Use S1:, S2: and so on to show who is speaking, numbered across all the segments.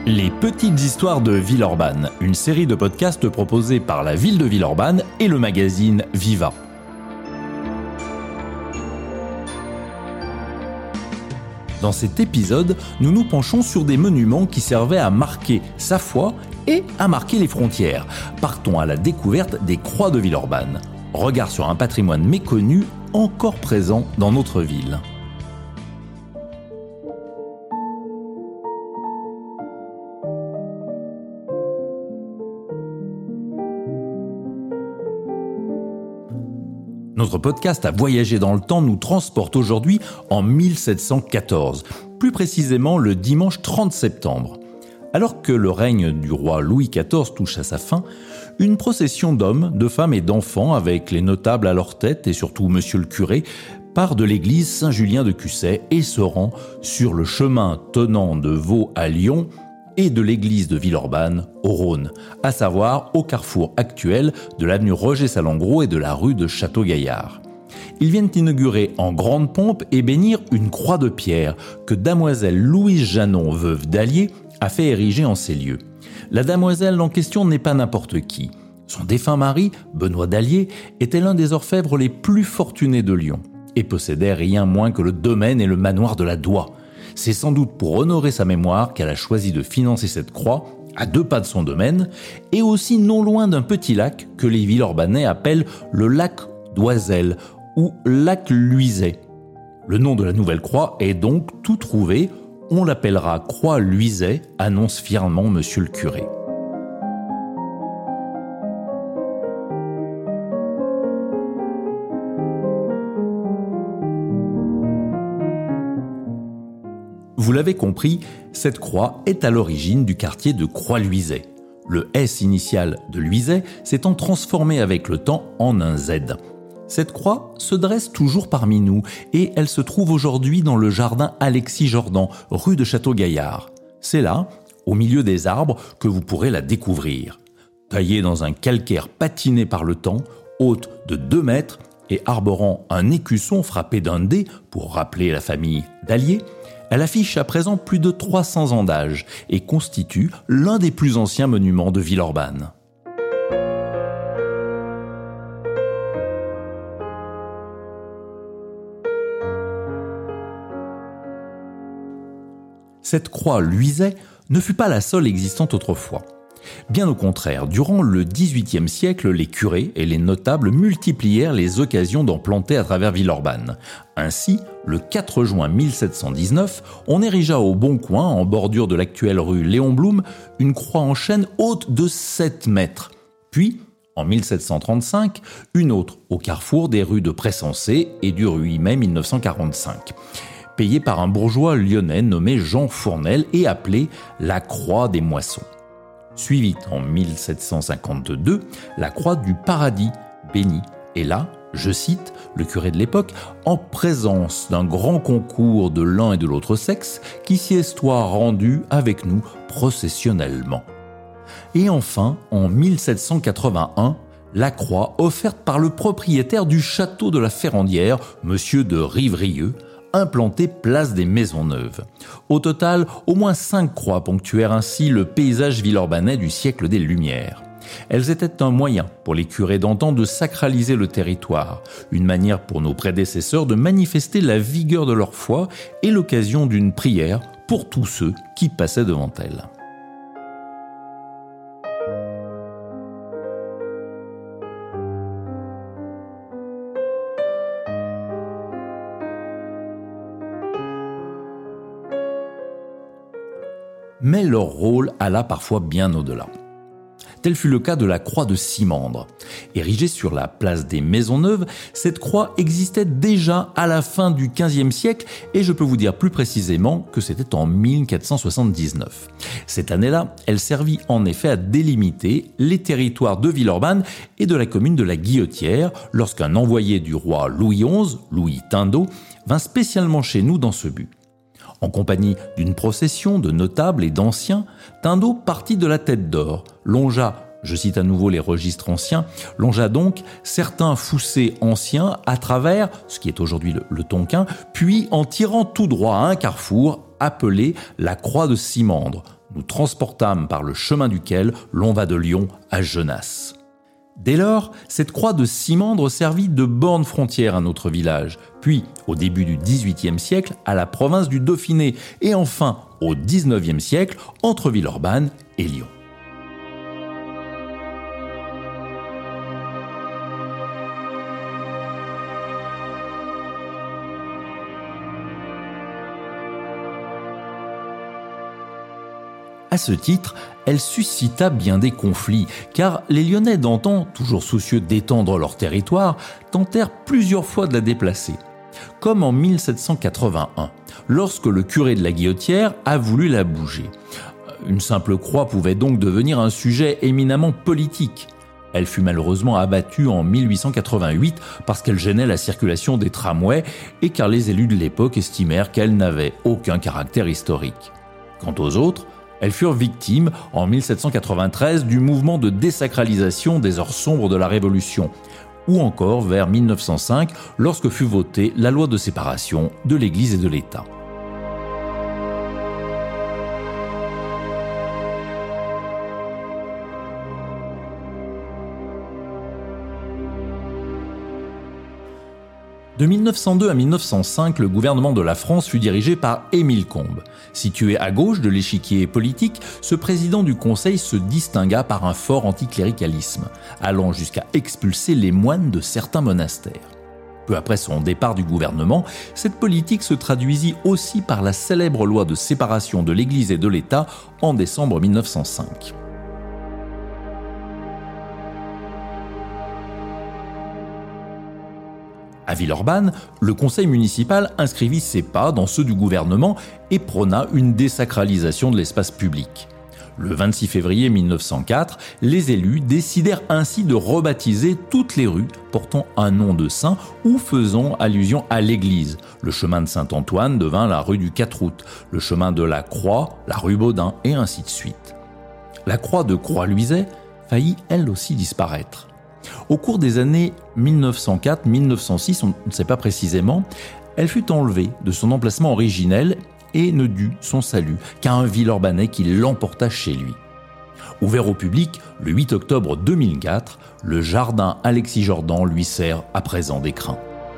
S1: Les petites histoires de Villeurbanne, une série de podcasts proposés par la ville de Villeurbanne et le magazine Viva. Dans cet épisode, nous nous penchons sur des monuments qui servaient à marquer sa foi et à marquer les frontières. Partons à la découverte des croix de Villeurbanne. Regard sur un patrimoine méconnu encore présent dans notre ville. Notre podcast à voyager dans le temps nous transporte aujourd'hui en 1714, plus précisément le dimanche 30 septembre. Alors que le règne du roi Louis XIV touche à sa fin, une procession d'hommes, de femmes et d'enfants, avec les notables à leur tête et surtout monsieur le curé, part de l'église Saint-Julien de Cusset et se rend sur le chemin tenant de Vaud à Lyon et de l'église de Villeurbanne au Rhône, à savoir au carrefour actuel de l'avenue Roger-Salengro et de la rue de Château-Gaillard. Ils viennent inaugurer en grande pompe et bénir une croix de pierre que damoiselle Louise Janon, veuve d'Allier, a fait ériger en ces lieux. La damoiselle en question n'est pas n'importe qui. Son défunt mari, Benoît d'Allier, était l'un des orfèvres les plus fortunés de Lyon et possédait rien moins que le domaine et le manoir de la Doye. C'est sans doute pour honorer sa mémoire qu'elle a choisi de financer cette croix à 2 pas de son domaine et aussi non loin d'un petit lac que les Villeurbanais appellent le lac d'Oiselle ou lac Luiset. Le nom de la nouvelle croix est donc tout trouvé, on l'appellera croix Luiset, annonce fièrement monsieur le curé. Vous l'avez compris, cette croix est à l'origine du quartier de Croix-Luiset. Le S initial de Luiset s'étant transformé avec le temps en un Z. Cette croix se dresse toujours parmi nous et elle se trouve aujourd'hui dans le jardin Alexis Jordan, rue de Château-Gaillard. C'est là, au milieu des arbres, que vous pourrez la découvrir. Taillée dans un calcaire patiné par le temps, haute de 2 mètres et arborant un écusson frappé d'un dé pour rappeler la famille d'Allier, elle affiche à présent plus de 300 ans d'âge et constitue l'un des plus anciens monuments de Villeurbanne. Cette croix Luiset ne fut pas la seule existante autrefois. Bien au contraire, durant le XVIIIe siècle, les curés et les notables multiplièrent les occasions d'en planter à travers Villeurbanne. Ainsi, le 4 juin 1719, on érigea au Bon Coin, en bordure de l'actuelle rue Léon Blum, une croix en chêne haute de 7 mètres. Puis, en 1735, une autre au carrefour des rues de Pressensé et du rue mai 1945. Payée par un bourgeois lyonnais nommé Jean Fournel et appelée la Croix des Moissons. Suivit en 1752 la Croix du Paradis, bénie, et là, je cite le curé de l'époque, en présence d'un grand concours de l'un et de l'autre sexe qui s'y estoit rendu avec nous processionnellement. Et enfin, en 1781, la croix offerte par le propriétaire du château de la Ferrandière, monsieur de Rivrieux, implantée place des Maisonneuves. Au total, au moins 5 croix ponctuèrent ainsi le paysage villeurbanais du siècle des Lumières. Elles étaient un moyen pour les curés d'antan de sacraliser le territoire, une manière pour nos prédécesseurs de manifester la vigueur de leur foi et l'occasion d'une prière pour tous ceux qui passaient devant elles. Mais leur rôle alla parfois bien au-delà. Tel fut le cas de la croix de Simandre. Érigée sur la place des Maisonneuves, cette croix existait déjà à la fin du XVe siècle et je peux vous dire plus précisément que c'était en 1479. Cette année-là, elle servit en effet à délimiter les territoires de Villeurbanne et de la commune de la Guillotière lorsqu'un envoyé du roi Louis XI, Louis Tindeau, vint spécialement chez nous dans ce but. En compagnie d'une procession de notables et d'anciens, Tindeau partit de la Tête d'Or, longea, je cite à nouveau les registres anciens, longea donc certains fossés anciens à travers, ce qui est aujourd'hui le Tonquin, puis en tirant tout droit à un carrefour appelé la Croix de Simandre, Nous transportâmes par le chemin duquel l'on va de Lyon à Genasse. » Dès lors, cette croix de cimandre servit de borne frontière à notre village, puis, au début du XVIIIe siècle, à la province du Dauphiné, et enfin, au XIXe siècle, entre Villeurbanne et Lyon. À ce titre, elle suscita bien des conflits, car les Lyonnais d'antan, toujours soucieux d'étendre leur territoire, tentèrent plusieurs fois de la déplacer. Comme en 1781, lorsque le curé de la Guillotière a voulu la bouger. Une simple croix pouvait donc devenir un sujet éminemment politique. Elle fut malheureusement abattue en 1888 parce qu'elle gênait la circulation des tramways et car les élus de l'époque estimèrent qu'elle n'avait aucun caractère historique. Quant aux autres, elles furent victimes, en 1793, du mouvement de désacralisation des heures sombres de la Révolution, ou encore vers 1905, lorsque fut votée la loi de séparation de l'Église et de l'État. De 1902 à 1905, le gouvernement de la France fut dirigé par Émile Combes. Situé à gauche de l'échiquier politique, ce président du Conseil se distingua par un fort anticléricalisme, allant jusqu'à expulser les moines de certains monastères. Peu après son départ du gouvernement, cette politique se traduisit aussi par la célèbre loi de séparation de l'Église et de l'État en décembre 1905. À Villeurbanne, le conseil municipal inscrivit ses pas dans ceux du gouvernement et prôna une désacralisation de l'espace public. Le 26 février 1904, les élus décidèrent ainsi de rebaptiser toutes les rues portant un nom de saint ou faisant allusion à l'église. Le chemin de Saint-Antoine devint la rue du 4 août, le chemin de la Croix, la rue Baudin, et ainsi de suite. La croix de Croix-Luiset faillit elle aussi disparaître. Au cours des années 1904-1906, on ne sait pas précisément, elle fut enlevée de son emplacement originel et ne dut son salut qu'à un Villeurbanais qui l'emporta chez lui. Ouvert au public le 8 octobre 2004, le jardin Alexis Jordan lui sert à présent d'écrin.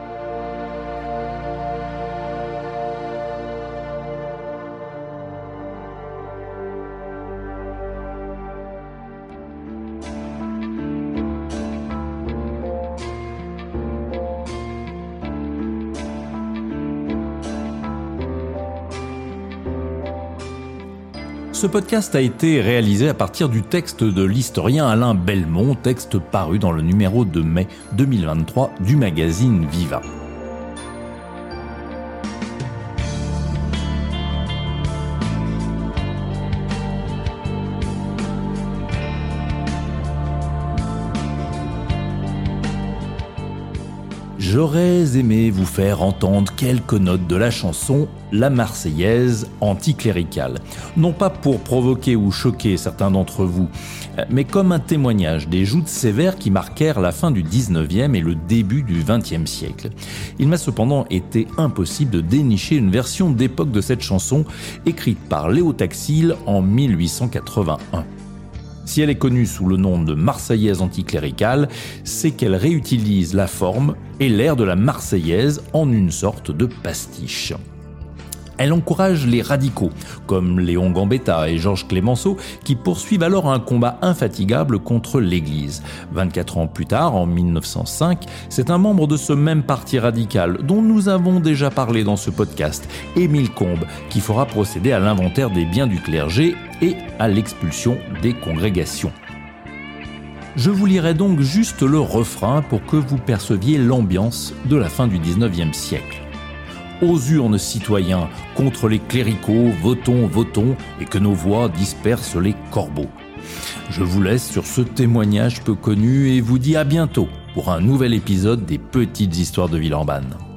S1: Ce podcast a été réalisé à partir du texte de l'historien Alain Belmont, texte paru dans le numéro de mai 2023 du magazine Viva. J'aurais aimé vous faire entendre quelques notes de la chanson La Marseillaise anticléricale. Non pas pour provoquer ou choquer certains d'entre vous, mais comme un témoignage des joutes sévères qui marquèrent la fin du 19e et le début du 20e siècle. Il m'a cependant été impossible de dénicher une version d'époque de cette chanson, écrite par Léo Taxil en 1881. Si elle est connue sous le nom de Marseillaise anticléricale, c'est qu'elle réutilise la forme et l'air de la Marseillaise en une sorte de pastiche. Elle encourage les radicaux, comme Léon Gambetta et Georges Clémenceau, qui poursuivent alors un combat infatigable contre l'Église. 24 ans plus tard, en 1905, c'est un membre de ce même parti radical, dont nous avons déjà parlé dans ce podcast, Émile Combes, qui fera procéder à l'inventaire des biens du clergé et à l'expulsion des congrégations. Je vous lirai donc juste le refrain pour que vous perceviez l'ambiance de la fin du 19e siècle. Aux urnes, citoyens, contre les cléricaux, votons, votons, et que nos voix dispersent les corbeaux. Je vous laisse sur ce témoignage peu connu et vous dis à bientôt pour un nouvel épisode des Petites Histoires de Villeurbanne.